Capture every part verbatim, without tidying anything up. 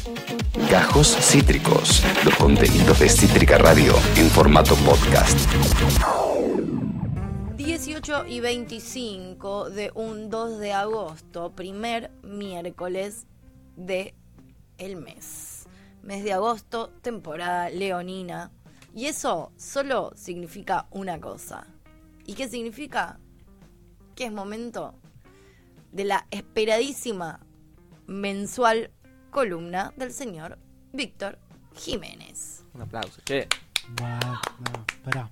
Gajos Cítricos, los contenidos de Cítrica Radio en formato podcast. dieciocho y veinticinco de un dos de agosto, primer miércoles de el mes. Mes de agosto, temporada leonina. Y eso solo significa una cosa. ¿Y qué significa? Que es momento de la esperadísima mensual columna del señor Víctor Jiménez. Un aplauso, che. Bueno, no, pará.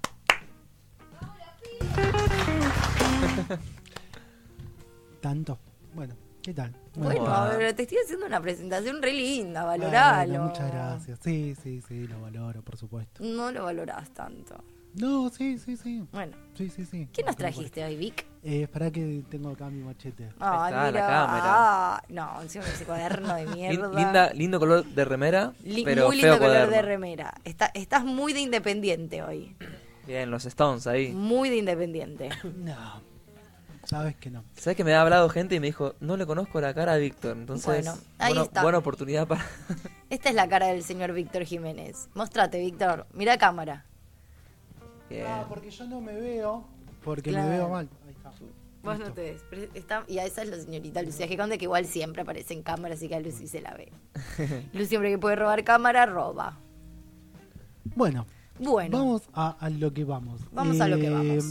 Tanto. Bueno, ¿qué tal? Bueno, Bueno. pero te estoy haciendo una presentación re linda, valoralo. Bueno, muchas gracias. Sí, sí, sí, lo valoro, por supuesto. No lo valorás tanto. No, sí, sí, sí. Bueno, Sí, sí, sí. ¿qué nos Pero trajiste hoy, Vic? por- Eh, esperá que tengo acá mi machete. Ay, está, la mira. cámara. Ah, no, encima ese cuaderno de Lin- mierda. linda, lindo color de remera, Li- pero muy feo lindo color cuaderno. de remera. Está, estás muy de independiente hoy. Bien, los Stones ahí. Muy de independiente. No, sabes que no. ¿Sabes que me ha hablado gente y me dijo, no le conozco la cara a Víctor? Entonces, Bueno, ahí bueno, está. buena oportunidad para... Esta es la cara del señor Víctor Jiménez. Mostrate, Víctor. Mira cámara. Bien. Ah, porque yo no me veo. Porque Claro. me veo mal. Ahí está. Vos no te ves. pero está- y a esa es la señorita Lucía Giconde, que igual siempre aparece en cámara, así que a Lucy se la ve. Lucy siempre que puede robar cámara, roba. Bueno, Bueno, vamos a, a lo que vamos. Vamos a lo que Eh, vamos.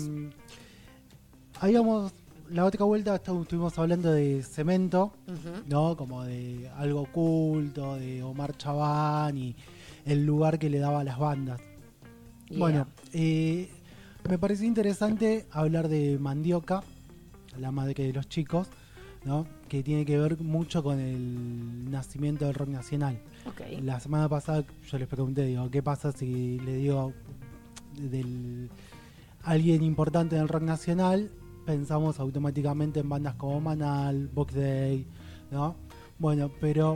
Habíamos, la otra vuelta estu- estuvimos hablando de Cemento, Ujú. ¿no? Como de algo oculto, de Omar Chabán y el lugar que le daba a las bandas. Yeah. Bueno, eh, me pareció interesante hablar de Mandioca, la madre de los chicos, ¿no? Que tiene que ver mucho con el nacimiento del rock nacional. Ok. La semana pasada yo les pregunté, digo, ¿qué pasa si le digo del alguien importante en el rock nacional? Pensamos automáticamente en bandas como Manal, Box Day, ¿no? Bueno, pero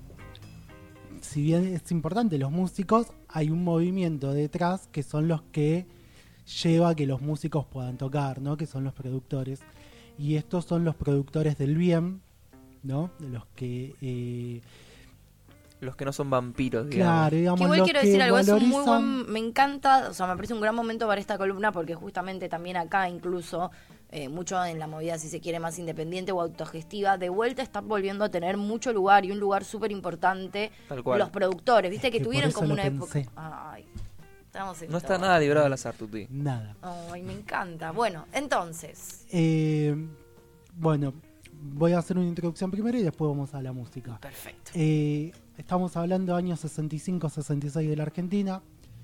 si bien es importante los músicos, hay un movimiento detrás que son los que lleva a que los músicos puedan tocar, ¿no? Que son los productores. Y estos son los productores del bien, ¿no? De los que... Eh, Los que no son vampiros, digamos. claro, digamos, Que igual los quiero que decir algo, es un muy valorizan- buen, me encanta, o sea, me parece un gran momento para esta columna porque justamente también acá incluso, eh, mucho en la movida, si se quiere, más independiente o autogestiva, de vuelta están volviendo a tener mucho lugar y un lugar súper importante Tal cual. los productores, viste Es que, que por tuvieron eso como lo una pensé. época... Ay, estamos en No está todo. nada librado al azar, Tuti. Nada. Ay, me encanta. Bueno, entonces, Eh, bueno, voy a hacer una introducción primero y después vamos a la música. perfecto. Eh, estamos hablando años sesenta y cinco sesenta y seis de la Argentina.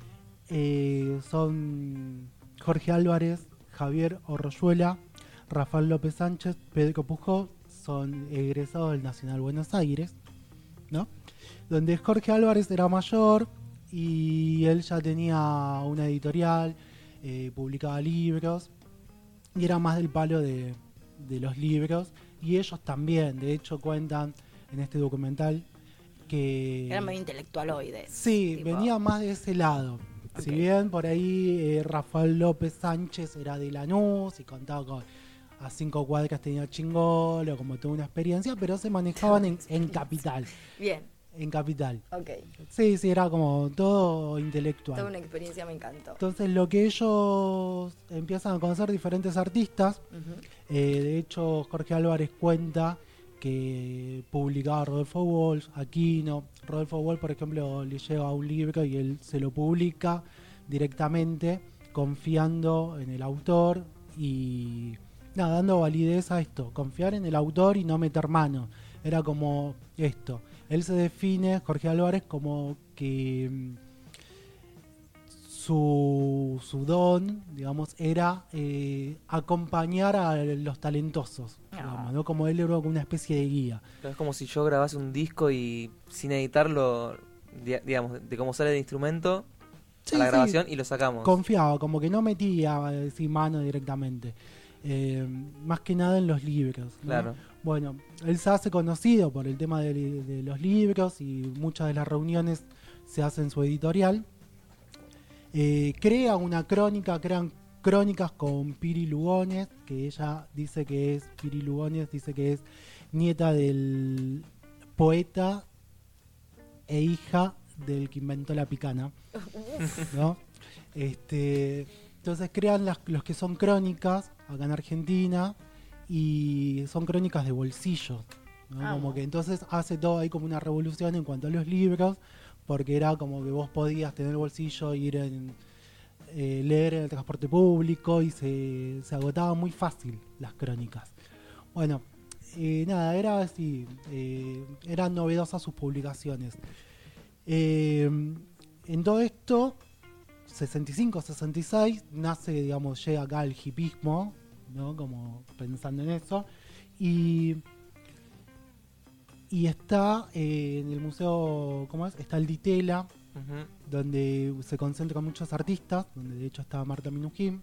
Eh, son Jorge Álvarez, Javier Orroyuela, Rafael López Sánchez, Pedro Pujol, son egresados del Nacional Buenos Aires, ¿no? Donde Jorge Álvarez era mayor y él ya tenía una editorial, eh, publicaba libros y era más del palo de, de los libros, y ellos también, de hecho cuentan en este documental que... Eran medio intelectualoides. Sí, tipo, venía más de ese lado. Si Ok. bien por ahí eh, Rafael López Sánchez era de Lanús y contaba con a cinco cuadras tenía Chingolo, como toda una experiencia, pero se manejaban en, en capital, Bien, en capital. ok. Sí, sí, era como todo intelectual. Toda una experiencia, me encantó. Entonces lo que ellos empiezan a conocer diferentes artistas, Ujú. eh, de hecho Jorge Álvarez cuenta que publicaba Rodolfo Walsh, Aquino. Rodolfo Walsh, por ejemplo, le lleva un libro y él se lo publica directamente, confiando en el autor y nada, dando validez a esto, confiar en el autor y no meter mano. Era como esto. Él se define, Jorge Álvarez, como que mm, su, su don, digamos, era eh, acompañar a los talentosos, Ah. digamos, ¿no? Como él era como una especie de guía. Es como si yo grabase un disco y sin editarlo, di- digamos, de cómo sale el instrumento Sí, a la sí, grabación y lo sacamos. confiaba, como que no metía eh, sin mano directamente. Eh, más que nada en los libros, ¿no? Claro. Bueno, él se hace conocido por el tema de, de los libros y muchas de las reuniones se hacen en su editorial. Eh, crea una crónica, crean crónicas con Piri Lugones, que ella dice que es, Piri Lugones dice que es nieta del poeta e hija del que inventó la picana, ¿no? Este, entonces crean las, los que son crónicas acá en Argentina y son crónicas de bolsillo, ¿no? Ah, Como no. que entonces hace todo ahí como una revolución en cuanto a los libros, porque era como que vos podías tener el bolsillo, ir en eh, leer en el transporte público y se, se agotaba muy fácil las crónicas. Bueno, eh, nada, era así, eh, eran novedosas sus publicaciones. Eh, en todo esto, sesenta y cinco, sesenta y seis, nace, digamos, llega acá el hipismo, ¿no? Como pensando en eso, y, y está eh, en el museo, ¿cómo es? Está el Ditela, Ujú. donde se concentran muchos artistas, donde de hecho estaba Marta Minujín,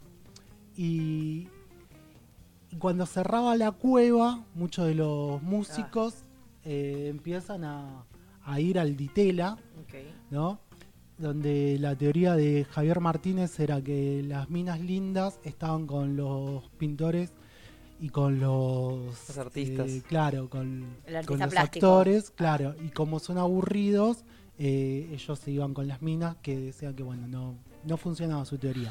y, y cuando cerraba la cueva, muchos de los músicos eh, empiezan a, a ir al Ditela, Okay. ¿no? Donde la teoría de Javier Martínez era que las minas lindas estaban con los pintores y con los, Los artistas. eh, claro, con, El artista con los plástico. actores, claro, y como son aburridos, eh, ellos se iban con las minas, que decían que bueno, no, no funcionaba su teoría.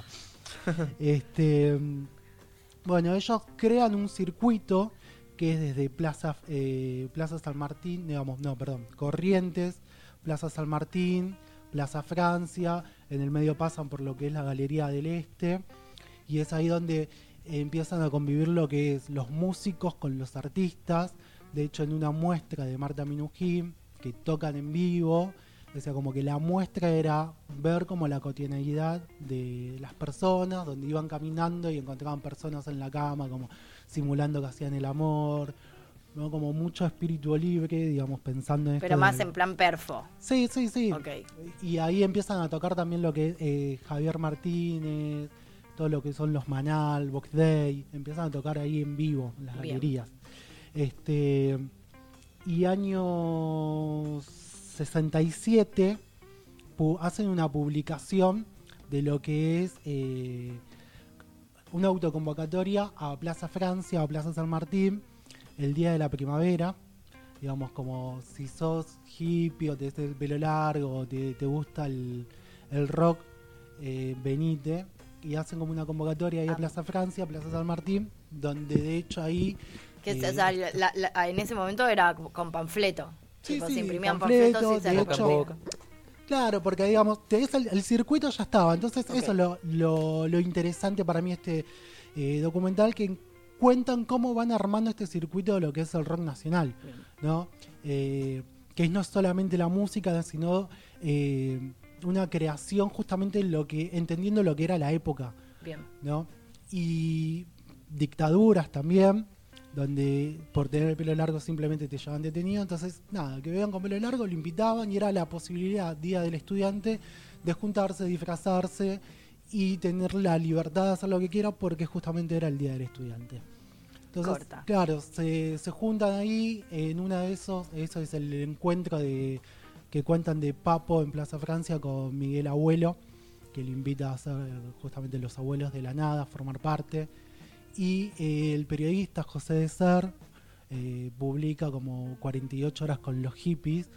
este bueno, ellos crean un circuito que es desde Plaza eh, Plaza San Martín, digamos, no, perdón, Corrientes, Plaza San Martín, Plaza Francia, en el medio pasan por lo que es la Galería del Este, y es ahí donde eh, empiezan a convivir lo que es los músicos con los artistas. De hecho, en una muestra de Marta Minujín, que tocan en vivo, o sea, como que la muestra era ver como la cotidianidad de las personas, donde iban caminando y encontraban personas en la cama, como simulando que hacían el amor, ¿no? Como mucho espíritu libre, digamos, pensando en esto. Pero más de- en plan perfo. Sí, sí, sí. Ok. Y ahí empiezan a tocar también lo que es eh, Javier Martínez, todo lo que son los Manal, Box Day, empiezan a tocar ahí en vivo, en las Bien. galerías. Este, y año sesenta y siete pu- hacen una publicación de lo que es eh, una autoconvocatoria a Plaza Francia o Plaza San Martín el día de la primavera. Digamos, como si sos hippie o te haces el pelo largo o te, te gusta el, el rock, eh, venite. Y hacen como una convocatoria ahí a Ah. Plaza Francia, Plaza San Martín, donde de hecho ahí... Que eh, o sea, la- la- la- en ese momento era con panfleto. Sí, Tipo, sí, se imprimían panfleto, panfletos y se de Boca en hecho- boca. Claro, porque digamos, tenés el, el circuito ya estaba, entonces Ok. eso es lo, lo, lo interesante para mí este eh, documental, que cuentan cómo van armando este circuito de lo que es el rock nacional, Bien. ¿no? Eh, que no es solamente la música, sino eh, una creación justamente en lo que, entendiendo lo que era la época, Bien. ¿no? Y dictaduras también, donde por tener el pelo largo simplemente te llevaban detenido. Entonces, nada, que vean con pelo largo, lo invitaban y era la posibilidad, Día del Estudiante, de juntarse, disfrazarse y tener la libertad de hacer lo que quiera, porque justamente era el Día del Estudiante. Entonces, Corta. claro, se, se juntan ahí en una de esos, eso es el encuentro de que cuentan de Papo en Plaza Francia con Miguel Abuelo, que le invita a ser justamente los abuelos de la nada, a formar parte. Y eh, el periodista José de Ser eh, publica como cuarenta y ocho horas con los hippies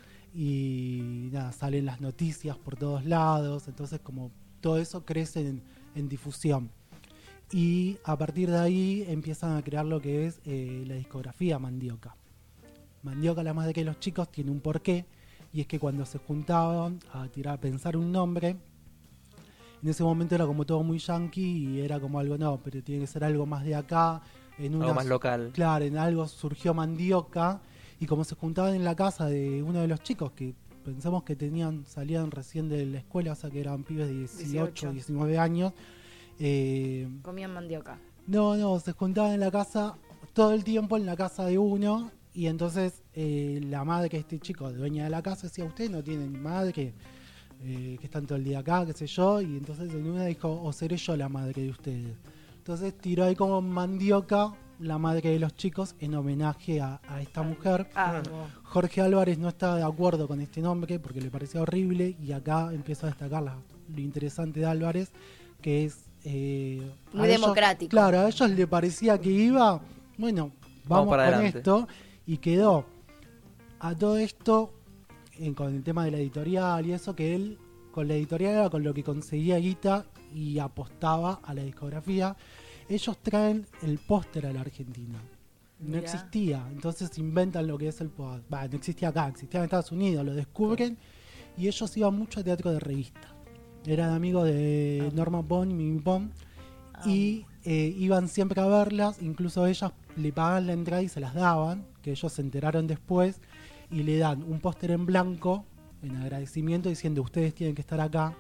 y nada, salen las noticias por todos lados, entonces como todo eso crece en, en difusión. Y a partir de ahí empiezan a crear lo que es eh, la discografía Mandioca. Mandioca, la más de que los chicos, tiene un porqué, y es que cuando se juntaban a tirar, a pensar un nombre, en ese momento era como todo muy yankee y era como algo, no, pero tiene que ser algo más de acá, en una, Algo más local. claro, en algo surgió Mandioca, y como se juntaban en la casa de uno de los chicos, que pensamos que tenían, salían recién de la escuela, o sea que eran pibes de dieciocho, dieciocho. diecinueve años, eh, Comían mandioca. no, no, se juntaban en la casa, todo el tiempo en la casa de uno, y entonces eh, la madre de este chico, dueña de la casa, decía, ustedes no tienen madre, eh, que están todo el día acá, qué sé yo, y entonces en una dijo, o seré yo la madre de ustedes. Entonces tiró ahí como Mandioca, la madre de los chicos, en homenaje a, a esta mujer. Ah, Jorge Álvarez no estaba de acuerdo con este nombre porque le parecía horrible, y acá empiezo a destacar la- lo interesante de Álvarez, que es... eh, Muy a ellos- democrático. Claro, a ellos le parecía que iba, bueno, vamos, Vamos para con adelante. esto, y quedó. A todo esto, eh, con el tema de la editorial y eso, que él con la editorial era con lo que conseguía guita y apostaba a la discografía. Ellos traen el póster a la Argentina. No Mirá. existía, entonces inventan lo que es el póster. Va, no existía acá, existía en Estados Unidos, lo descubren y ellos iban mucho a teatro de revista. Eran amigos de Ah. Norma Bond y Mimi Pond Ah. y eh, iban siempre a verlas, incluso ellas le pagaban la entrada y se las daban, que ellos se enteraron después, y le dan un póster en blanco en agradecimiento diciendo ustedes tienen que estar acá.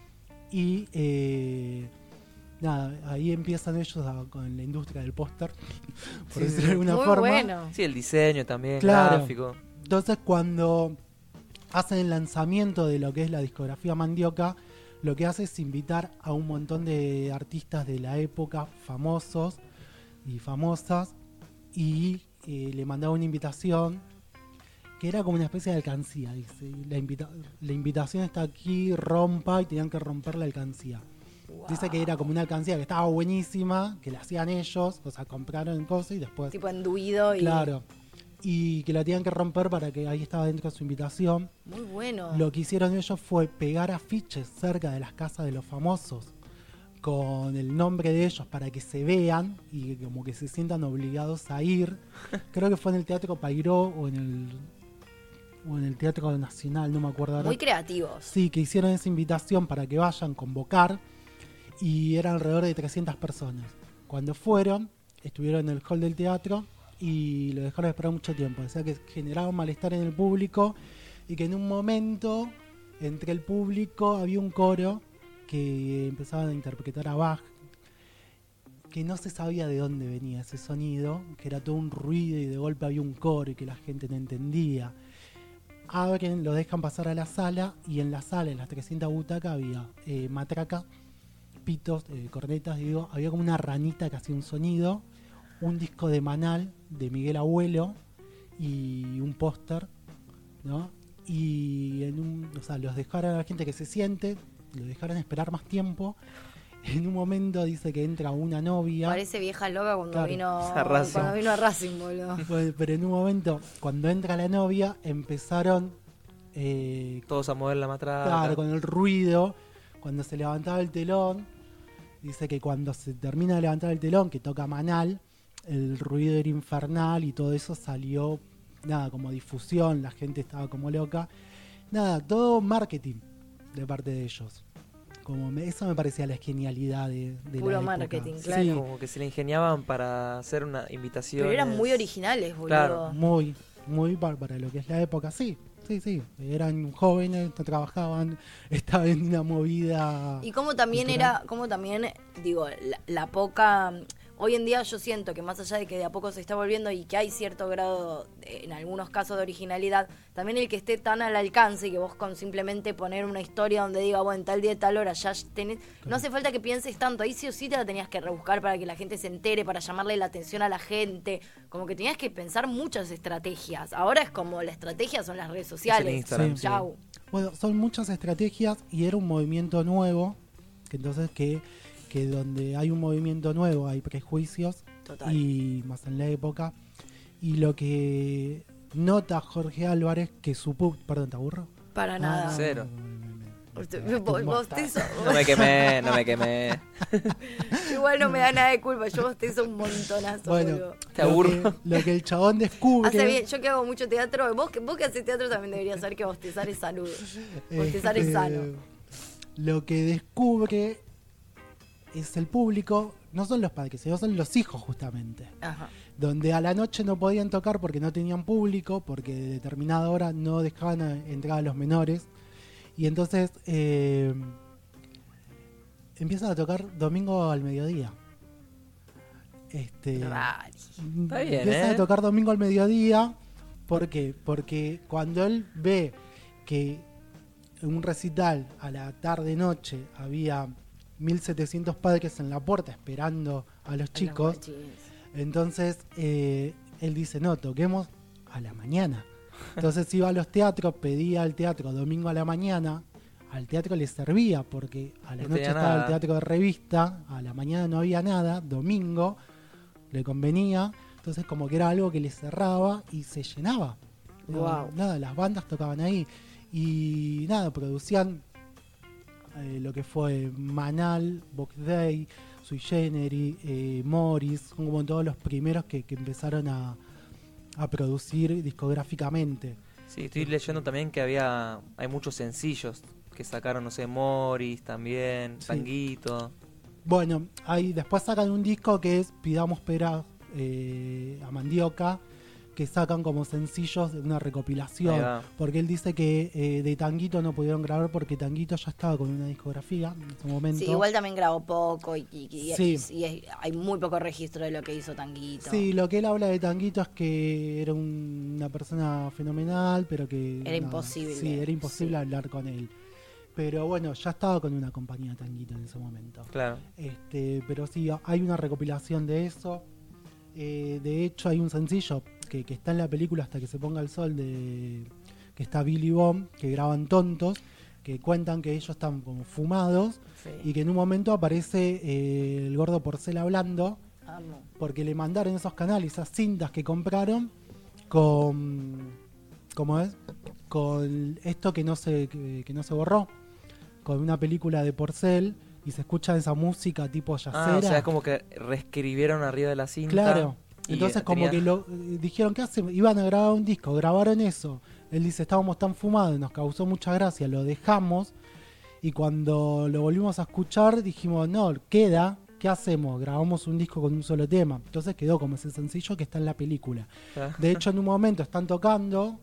Y eh, nada, ahí empiezan ellos a- con la industria del póster, por Sí, decirlo sí. de alguna Muy forma. bueno. Sí, el diseño también, Claro. gráfico. Entonces cuando hacen el lanzamiento de lo que es la discografía Mandioca, lo que hace es invitar a un montón de artistas de la época, famosos y famosas, y eh, le mandaba una invitación que era como una especie de alcancía. Dice, la, invita- la invitación está aquí, rompa, y tenían que romper la alcancía. Dice que era como una alcancía que estaba buenísima, que la hacían ellos, o sea, compraron cosas y después... Tipo enduido y... Claro. Y que la tenían que romper para que ahí estaba dentro de su invitación. Muy bueno. Lo que hicieron ellos fue pegar afiches cerca de las casas de los famosos con el nombre de ellos para que se vean y como que se sientan obligados a ir. Creo que fue en el Teatro Pairó o en el o en el Teatro Nacional, no me acuerdo ahora. Muy creativos. Sí, que hicieron esa invitación para que vayan, convocar, y eran alrededor de trescientas personas. Cuando fueron, estuvieron en el hall del teatro y lo dejaron esperar mucho tiempo. O sea que generaba un malestar en el público y que en un momento, entre el público, había un coro que empezaban a interpretar a Bach, que no se sabía de dónde venía ese sonido, que era todo un ruido y de golpe había un coro y que la gente no entendía. Abren, lo dejan pasar a la sala y en la sala, en las trescientas butacas, había eh, matraca, pitos, eh, cornetas, digo, había como una ranita que hacía un sonido, un disco de Manal de Miguel Abuelo y un póster, ¿no? Y en un, o sea, los dejaron a la gente que se siente, lo dejaron esperar más tiempo. En un momento dice que entra una novia. Parece vieja loca cuando Claro. vino A Racing. cuando vino a Racing, boludo. Pues, pero en un momento, cuando entra la novia, empezaron eh, Todos a mover la matraca. claro, con el ruido. Cuando se levantaba el telón, dice que cuando se termina de levantar el telón, que toca Manal, el ruido era infernal y todo eso salió, nada, como difusión, la gente estaba como loca. Nada, todo marketing de parte de ellos. Como me- eso me parecía la genialidad de, de Puro la época. marketing, Sí, claro. Como que se le ingeniaban para hacer una invitación. Pero eran muy originales, boludo. Claro. muy, muy para, para lo que es la época, sí. Sí, sí, eran jóvenes, no trabajaban, estaban en una movida. Y como también cultural. era, como también, digo, la, la poca... Hoy en día yo siento que más allá de que de a poco se está volviendo y que hay cierto grado, de- en algunos casos, de originalidad, también el que esté tan al alcance y que vos con simplemente poner una historia donde diga, bueno, tal día, tal hora, ya tenés... No hace falta que pienses tanto, ahí sí o sí te la tenías que rebuscar para que la gente se entere, para llamarle la atención a la gente, como que tenías que pensar muchas estrategias. Ahora es como la estrategia son las redes sociales. Instagram, Sí. Chau. Bueno, son muchas estrategias y era un movimiento nuevo, que entonces que, que donde hay un movimiento nuevo hay prejuicios, Total. y más en la época. Y lo que nota Jorge Álvarez, que su pub... Perdón, ¿te aburro? Para Ah, nada. no, Cero. no, no, no, no, no. Usted- vos- bostezo. No me quemé, no me quemé. Igual no me da nada de culpa, yo bostezo un montonazo, Bueno, boludo. Te lo aburro. que, lo que el chabón descubre... Hace bien, yo que hago mucho teatro, vos que, vos que haces teatro también deberías saber que bostezar es salud. Bostezar es Este, sano. Lo que descubre es el público, no son los padres, sino son los hijos justamente. Ajá. Donde a la noche no podían tocar porque no tenían público, porque de determinada hora no dejaban a- entrar a los menores. Y entonces eh, empiezan a tocar domingo al mediodía. Este, Rari. Está bien, empiezan ¿eh? a tocar domingo al mediodía. ¿Por qué? Porque cuando él ve que en un recital a la tarde-noche había mil setecientos padres en la puerta esperando a los chicos, entonces eh, él dice, no, toquemos a la mañana. Entonces iba a los teatros, pedía al teatro domingo a la mañana, al teatro le servía porque a la No noche tenía estaba nada. el teatro de revista, a la mañana no había nada, domingo le convenía, entonces como que era algo que le cerraba y se llenaba. No, Guau. Nada, las bandas tocaban ahí. Y nada, producían eh, lo que fue Manal, Box Day, Sui Generis, eh, Morris, son como todos los primeros que, que empezaron a, a producir discográficamente. Sí, estoy leyendo también que había hay muchos sencillos que sacaron, no sé, Morris también, Sí. Tanguito. Bueno, ahí después sacan un disco que es Pidamos Pera eh, a Mandioca, que sacan como sencillos de una Ahí recopilación, va. porque él dice que eh, de Tanguito no pudieron grabar porque Tanguito ya estaba con una discografía en ese momento. Sí, igual también grabó poco y, y- y- Sí. y es- hay muy poco registro de lo que hizo Tanguito. Sí, lo que él habla de Tanguito es que era un- una persona fenomenal, pero que... Era imposible, Sí, era imposible sí. hablar con él. Pero bueno, ya estaba con una compañía Tanguito en ese momento. Claro. Este, pero sí, hay una recopilación de eso. Eh, de hecho, hay un sencillo que, que está en la película Hasta que se ponga el sol, de que está Billy Bomb, que graban Tontos, que cuentan que ellos están como fumados Sí. y que en un momento aparece eh, el gordo Porcel hablando, Amo. porque le mandaron esos canales, esas cintas que compraron con, ¿cómo es? Con esto que no se que, que no se borró, con una película de Porcel, y se escucha esa música tipo yacera. Ah, o sea, es como que reescribieron arriba de la cinta. Claro. y Entonces como tenía- que lo eh, dijeron, ¿qué hacen? Iban a grabar un disco, grabaron eso. Él dice, estábamos tan fumados, nos causó mucha gracia, lo dejamos. Y cuando lo volvimos a escuchar, dijimos, no, queda, ¿qué hacemos? Grabamos un disco con un solo tema. Entonces quedó como ese sencillo que está en la película. Claro. De hecho, en un momento están tocando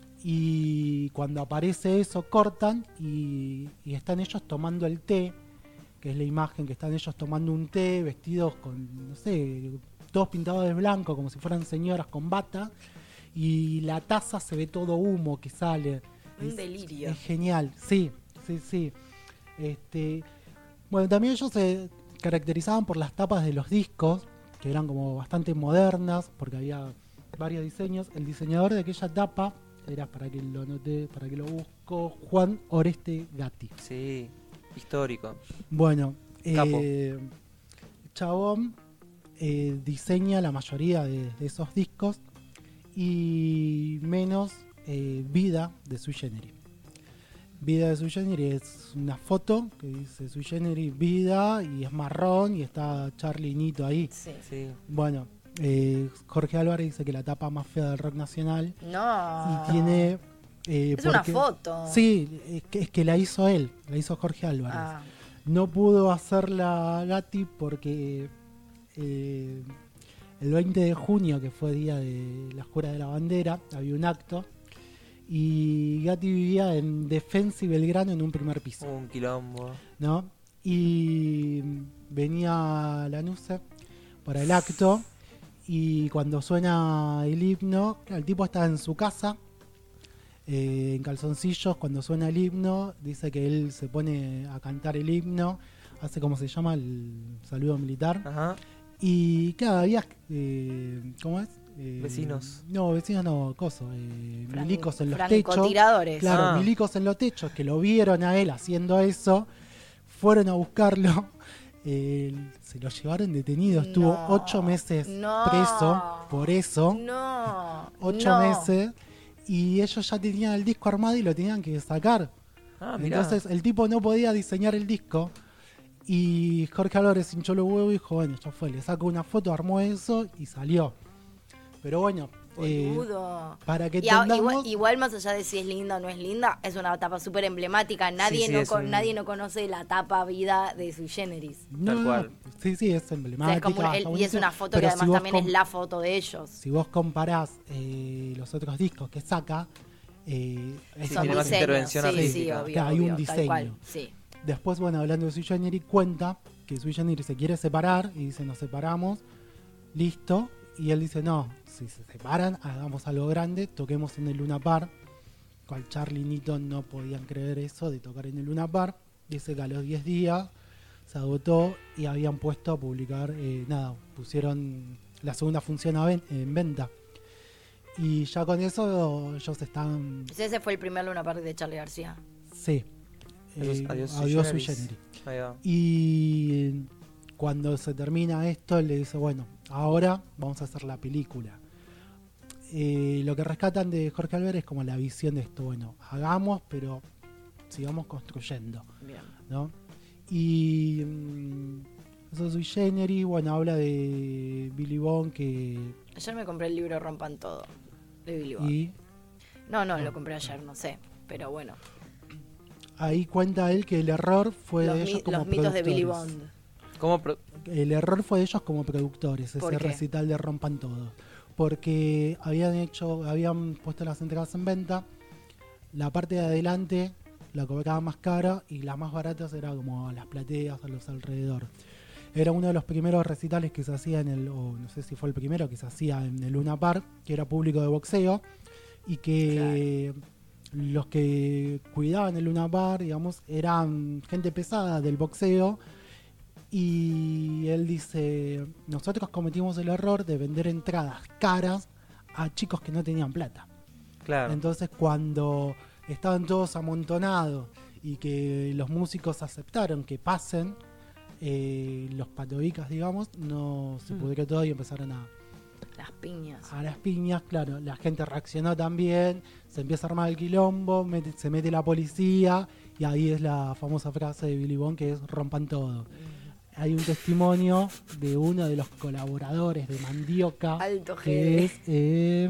y cuando aparece eso, cortan y, y están ellos tomando el té, que es la imagen que están ellos tomando un té, vestidos con, no sé, todos pintados de blanco, como si fueran señoras con bata, y la taza se ve todo humo que sale. Un Es- delirio. Es genial, sí, sí, sí. Este, bueno, también ellos se caracterizaban por las tapas de los discos, que eran como bastante modernas, porque había varios diseños. El diseñador de aquella tapa era, para que lo anote, para que lo busco, Juan Oreste Gatti. Sí, histórico. Bueno, Capo. eh, Chabón eh, diseña la mayoría de, de esos discos y menos eh, Vida de Sui Generis. Vida de Sui Generis es una foto que dice Sui Generis Vida y es marrón y está Charlie y Nito ahí. Sí. Sí. Bueno, eh, Jorge Álvarez dice que la tapa más fea del rock nacional No. y tiene... eh, Es una porque- foto. Sí, es que, es que la hizo él, la hizo Jorge Álvarez. Ah, No pudo hacerla Gatti porque eh, el veinte de junio, que fue día de la Jura de la Bandera, había un acto y Gatti vivía en Defensa y Belgrano en un primer piso, Un quilombo. ¿no? Y venía Lanuse para el acto y cuando suena el himno, el tipo está en su casa eh, en calzoncillos. Cuando suena el himno, dice que él se pone a cantar el himno, hace como se llama el saludo militar. Ajá. Y claro, había, eh, ¿cómo es? Eh, Vecinos. No, vecinos no, coso, eh, fran- milicos en los techos. francotiradores. Claro, Ah. milicos en los techos que lo vieron a él haciendo eso, fueron a buscarlo, eh, se lo llevaron detenido, estuvo No, ocho meses no. preso por eso, No. ocho no. meses, y ellos ya tenían el disco armado y lo tenían que sacar. Ah, mirá. Entonces el tipo no podía diseñar el disco y Jorge Álvarez hinchó los huevos y dijo, bueno, ya fue, le saco una foto, armó eso y salió. Pero bueno, eh, Boludo. para que Y a- entendamos... igual, igual más allá de si es linda o no es linda, es una tapa súper emblemática. Nadie, sí, no es con- un- nadie no conoce la tapa vida de Sui Generis. No, Tal cual. Sí, sí, es O sea, emblemática. es como una- está el- y es buenísimo, una foto pero que si además vos también es com- la foto de ellos. Si vos comparás eh, los otros discos que saca, eh, es Sí, Son tiene más diseños. intervención sí, sí, artística. obvio, Claro, hay un obvio, tal diseño. cual, sí. Después, bueno, hablando de Sui Generis, cuenta que Sui Generis se quiere separar y dice, nos separamos, listo. Y él dice, no, si se separan, hagamos algo grande, toquemos en el Luna Park. Cual Charlie y Nito no podían creer eso de tocar en el Luna Park. Dice que a los diez días se agotó y habían puesto a publicar, eh, nada, pusieron la segunda función a ven- en venta. Y ya con eso ellos están, Ese fue el primer Luna Park de Charlie García. sí, Eso es eh, Adiós Sui adiós Sui Generis. Generis. Ahí va. Y cuando se termina esto, le dice, bueno, ahora vamos a hacer la película. eh, lo que rescatan de Jorge Álvarez es como la visión de esto, bueno, hagamos, pero sigamos construyendo, Bien. ¿no? Y mm, eso Sui Generis, bueno, habla de Billy Bond que... Ayer me compré el libro Rompan Todo, de Billy Bond. Y No, no, lo compré ayer, no sé, pero bueno. ahí cuenta él que el error fue Los, de mi- ellos como los mitos de Billy productores. Bond. ¿Cómo pro- El error fue de ellos como productores, ¿Por ese qué? recital de Rompan Todo. Porque habían hecho, habían puesto las entradas en venta, la parte de adelante la cobraba más cara y las más baratas era como a las plateas, a los alrededor. Era uno de los primeros recitales que se hacía en el, o no sé si fue el primero que se hacía en el Luna Park, que era público de boxeo, y que los que cuidaban el Luna Park, digamos, eran gente pesada del boxeo. Y él dice, nosotros cometimos el error de vender entradas caras a chicos que no tenían plata. Claro. Entonces cuando estaban todos amontonados y que los músicos aceptaron que pasen, eh, los patobicas, digamos, no se Mm. pudrió todo y empezaron a, Las piñas. a las piñas. Claro, la gente reaccionó también, se empieza a armar el quilombo, mete- se mete la policía y ahí es la famosa frase de Billy Bond que es rompan todo. Hay un testimonio de uno de los colaboradores de Mandioca, Alto que Gede. es eh,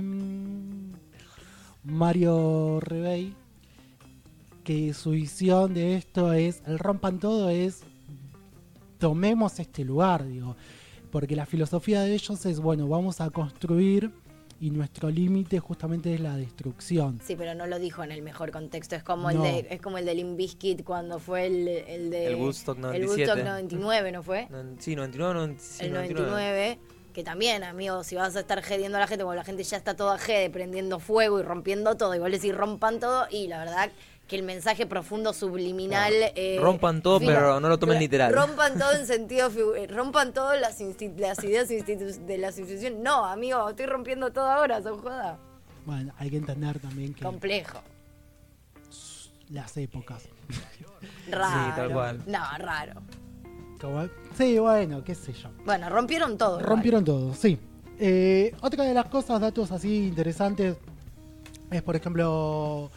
Mario Rebey, que su visión de esto es, el rompan todo es, tomemos este lugar, digo, porque la filosofía de ellos es, bueno, vamos a construir y nuestro límite justamente es la destrucción. Sí, pero no lo dijo en el mejor contexto. Es como No. el de es como el de Limp Bizkit cuando fue el, el de El Woodstock noventa y el siete. Woodstock noventa y nueve, ¿no fue? No, sí, noventa y nueve, noventa, sí, el noventa y noventa y nueve. nueve, que también, amigo, si vas a estar jediendo a la gente, porque la gente ya está toda jede, prendiendo fuego y rompiendo todo, y vos le decís rompan todo, y la verdad que el mensaje profundo subliminal... eh, Rompan todo, fila- pero no lo tomen literal. Rompan todo en sentido... figu- eh, rompan todo las, insti- las ideas institu- de las instituciones. No, amigo, estoy rompiendo todo ahora, son joda. Bueno, hay que entender también que Complejo. las épocas. Raro. Sí, tal cual. No, raro. Como- sí, bueno, qué sé yo. Bueno, rompieron todo. igual. Rompieron todo, sí. Eh, otra de las cosas, datos así interesantes, es por ejemplo,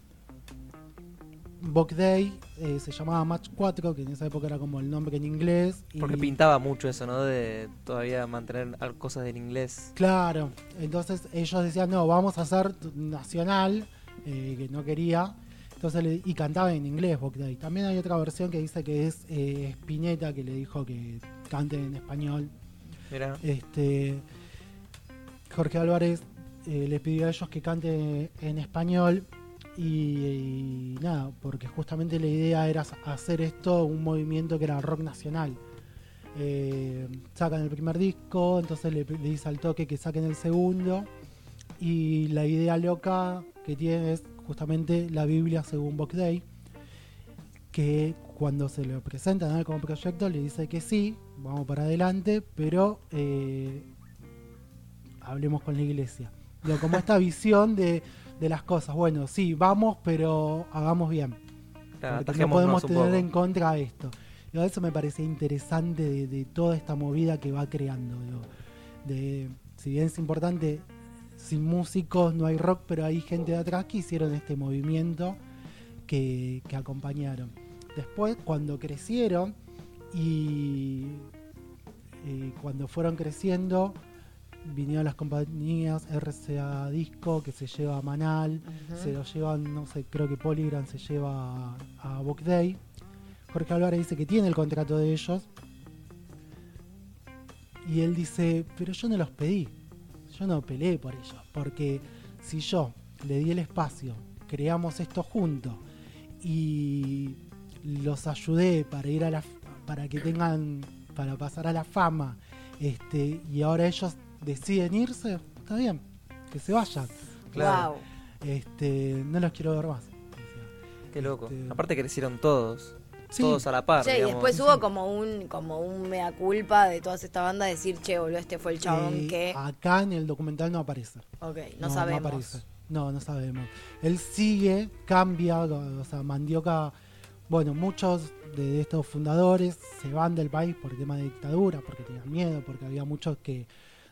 Box Day, eh, se llamaba Match cuatro, que en esa época era como el nombre en inglés. y- Porque pintaba mucho eso, ¿no? De todavía mantener al- cosas en inglés. Claro, entonces ellos decían, no, vamos a hacer t- nacional, eh, que no quería. Entonces le- y cantaba en inglés Box Day. También hay otra versión que dice que es eh, Spinetta, que le dijo que cante en español. Mira. Este Jorge Álvarez eh, les pidió a ellos que cante en español y, y nada, porque justamente la idea era hacer esto un movimiento que era rock nacional. Eh, sacan el primer disco, entonces le, le dice al toque que saquen el segundo y la idea loca que tiene es justamente la Biblia según Box Day, que cuando se lo presentan a él como proyecto le dice que sí, vamos para adelante, pero eh, hablemos con la iglesia. Digo, como esta visión de, de las cosas, bueno, sí, vamos, pero hagamos bien. Claro, Porque no atajémonos podemos un tener poco. en contra esto. Digo, eso me parecía interesante de, de toda esta movida que va creando. Digo, de, si bien es importante, sin músicos no hay rock, pero hay gente de atrás que hicieron este movimiento que, que acompañaron. Después, cuando crecieron y eh, cuando fueron creciendo, vinieron las compañías R C A Disco, que se lleva a Manal, Ujú. se lo llevan, no sé, creo que Polygram se lleva a, a Box Day. Jorge Álvarez dice que tiene el contrato de ellos. Y él dice, pero yo no los pedí, yo no peleé por ellos, porque si yo le di el espacio, creamos esto juntos y los ayudé para ir a la para que tengan para pasar a la fama, este y ahora ellos deciden irse, está bien, que se vayan. Claro. Wow. Este, no los quiero ver más. Decía. Qué loco. Este, Aparte crecieron todos. Sí. Todos a la par. Che, y digamos. después hubo como un como un mea culpa de toda esta banda de decir, che, boludo, este fue el chabón Eh, que... acá en el documental no aparece. Ok, no, sabemos. No aparece. No, no sabemos. Él sigue, cambia, o sea, Mandioca, bueno, muchos de estos fundadores se van del país por tema de dictadura, porque tenían miedo, porque había muchos que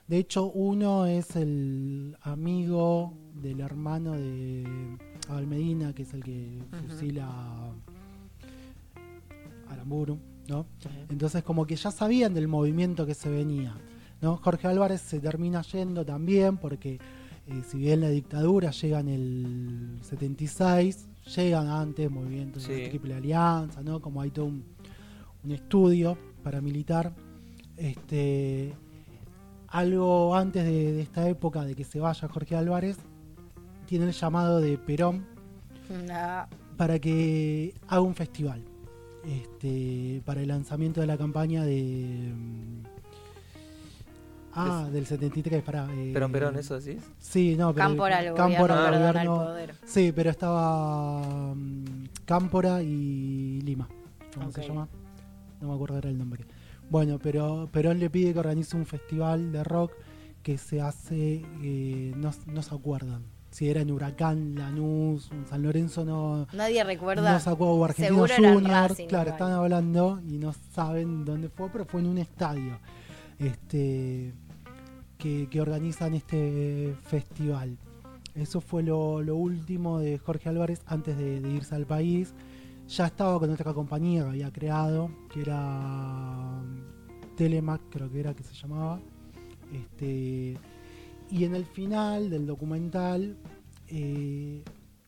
De hecho, uno es el amigo del hermano de Abel Medina, que es el que Ujú. fusila a Aramburu, ¿no? Ujú. Entonces como que ya sabían del movimiento que se venía, ¿no? Jorge Álvarez se termina yendo también porque eh, si bien la dictadura llega en el setenta y seis, llegan antes movimientos de Sí. la Triple Alianza, ¿no? Como hay todo un, un estudio paramilitar. Este, algo antes de, de esta época de que se vaya Jorge Álvarez, tiene el llamado de Perón Nah. para que haga un festival. Este, para el lanzamiento de la campaña de mm, ah, del setenta y tres, pará. eh, Perón, Perón, ¿eso decís? Sí, no, pero Cámpora al Cámpora gobierno, al perdón, al gobierno- poder. Sí, pero estaba mm, Cámpora y Lima. ¿Cómo se Ok. llama? No me acuerdo era el nombre. Bueno, pero Perón le pide que organice un festival de rock que se hace, eh, no, no se acuerdan. Si era en Huracán, Lanús, en San Lorenzo, no, Nadie recuerda. no sacó o Argentino Seguro era en Junior. Racing, Claro, igual. están hablando y no saben dónde fue, pero fue en un estadio este que, que organizan este festival. Eso fue lo, lo último de Jorge Álvarez antes de, de irse al país. Ya estaba con otra compañía que había creado, que era Telemac, creo que era que se llamaba. Este, y en el final del documental eh,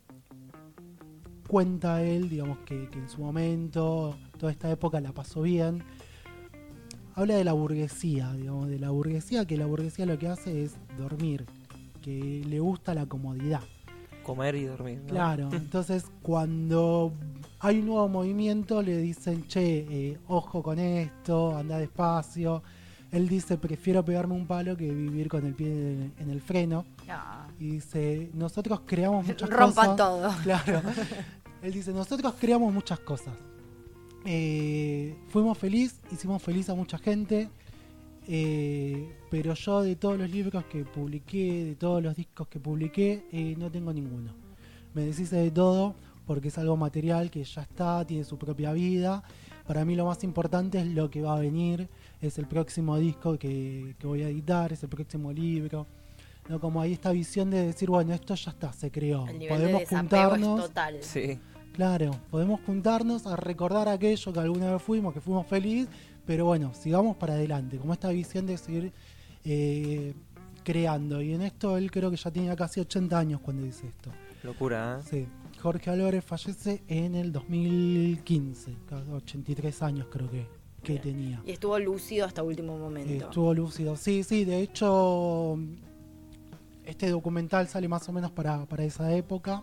cuenta él, digamos, que, que en su momento, toda esta época la pasó bien. Habla de la burguesía, digamos, de la burguesía, que la burguesía lo que hace es dormir, que le gusta la comodidad. Comer y dormir, ¿no? Claro, entonces cuando hay un nuevo movimiento le dicen, che, eh, ojo con esto, anda despacio. Él dice, prefiero pegarme un palo que vivir con el pie en, en el freno. No. Y dice, nosotros creamos muchas Rompan cosas. todo. Claro. Él dice, nosotros creamos muchas cosas. Eh, fuimos felices, hicimos feliz a mucha gente. Eh, pero yo de todos los libros que publiqué, de todos los discos que publiqué, eh, no tengo ninguno. Me deshice de todo porque es algo material que ya está, tiene su propia vida. Para mí lo más importante es lo que va a venir, es el próximo disco que, que voy a editar, es el próximo libro. ¿No? Como hay esta visión de decir, bueno, esto ya está, se creó. El nivel Podemos de desapego juntarnos. es total. Sí. Claro, podemos juntarnos a recordar aquello que alguna vez fuimos, que fuimos felices, pero bueno, sigamos para adelante, como esta visión de seguir eh, creando. Y en esto él creo que ya tenía casi ochenta años cuando dice esto. Locura, ¿eh? Sí, Jorge Álvarez fallece en el dos mil quince, ochenta y tres años creo que, que Bien. tenía. Y estuvo lúcido hasta último momento. Estuvo lúcido, sí, sí, de hecho este documental sale más o menos para, para esa época.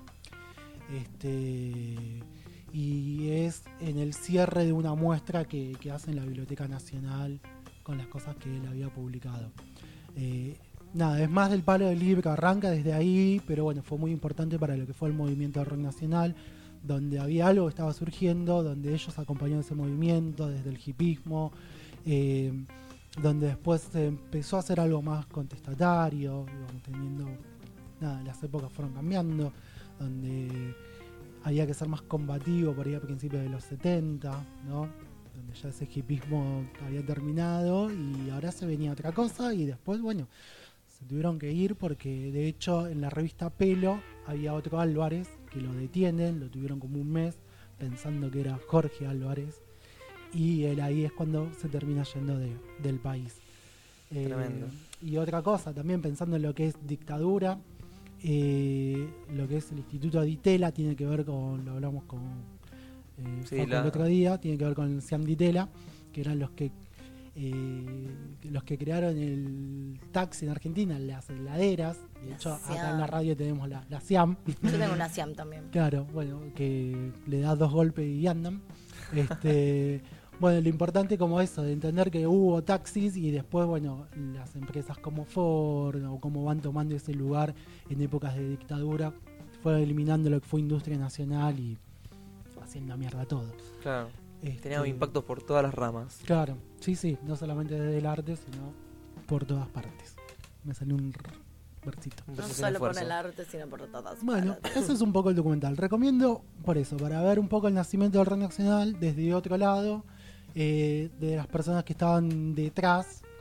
Este y es en el cierre de una muestra que, que hace en la Biblioteca Nacional con las cosas que él había publicado. Eh, nada, es más del palo del libro, arranca desde ahí, pero bueno, fue muy importante para lo que fue el movimiento del rock nacional, donde había algo que estaba surgiendo, donde ellos acompañaron ese movimiento desde el hipismo, eh, donde después se empezó a hacer algo más contestatario, digamos, teniendo, nada, las épocas fueron cambiando, donde había que ser más combativo por ahí a principios de los setenta, ¿no? Donde ya ese hipismo había terminado y ahora se venía otra cosa y después, bueno, se tuvieron que ir porque de hecho en la revista Pelo había otro Álvarez que lo detienen, lo tuvieron como un mes pensando que era Jorge Álvarez y él ahí es cuando se termina yendo de, del país. Eh, Tremendo. y otra cosa, también pensando en lo que es dictadura, eh, lo que es el Instituto Ditela tiene que ver con, lo hablamos con eh, Sí, Facu la- el otro día, tiene que ver con el Siam Ditela, que eran los que eh, los que crearon el taxi en Argentina, las heladeras. De La hecho, acá Siam. en la radio tenemos la, la Siam. Yo tengo una Siam también. Claro, bueno, que le das dos golpes y andan. Este, bueno, lo importante como eso, de entender que hubo taxis y después, bueno, las empresas como Ford o como van tomando ese lugar en épocas de dictadura, fueron eliminando lo que fue industria nacional y haciendo mierda todo. Claro. Este, Tenía impactos por todas las ramas. Claro, sí, sí, no solamente desde el arte, sino por todas partes. Me salió un r- versito. Un No beso sin solo por esfuerzo. el arte, sino por todas Bueno, partes. eso es un poco el documental. Recomiendo por eso, para ver un poco el nacimiento del rock nacional desde otro lado, eh, de las personas que estaban detrás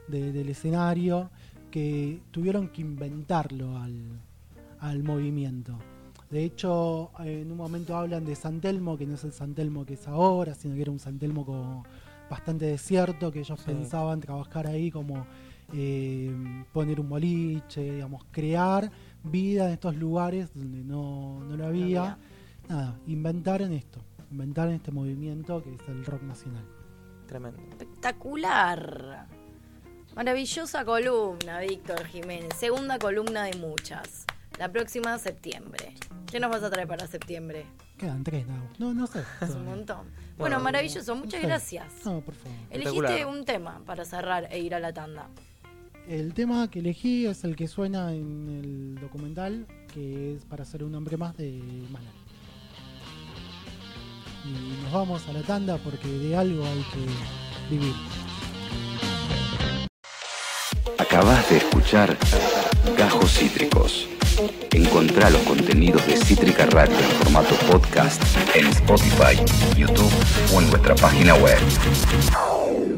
de, del escenario, que tuvieron que inventarlo al, al movimiento. De hecho, en un momento hablan de San Telmo, que no es el San Telmo que es ahora, sino que era un San Telmo como bastante desierto, que ellos sí. pensaban trabajar ahí como eh, poner un boliche, digamos, crear vida en estos lugares donde no, no lo había. No había. Nada, inventaron esto, inventaron este movimiento que es el rock nacional. Tremendo. Espectacular. Maravillosa columna, Víctor Jiménez. Segunda columna de muchas. La próxima, septiembre. ¿Qué nos vas a traer para septiembre? Quedan tres, no, no, no sé. Es un montón. Bueno, bueno maravilloso. Muchas sí. gracias. No, por favor. Elegiste un tema para cerrar e ir a la tanda. El tema que elegí es el que suena en el documental, que es Para ser un hombre más, de Maná. Y nos vamos a la tanda porque de algo hay que vivir. Acabas de escuchar Gajos Cítricos. Encontrá los contenidos de Cítrica Radio en formato podcast en Spotify, YouTube o en nuestra página web.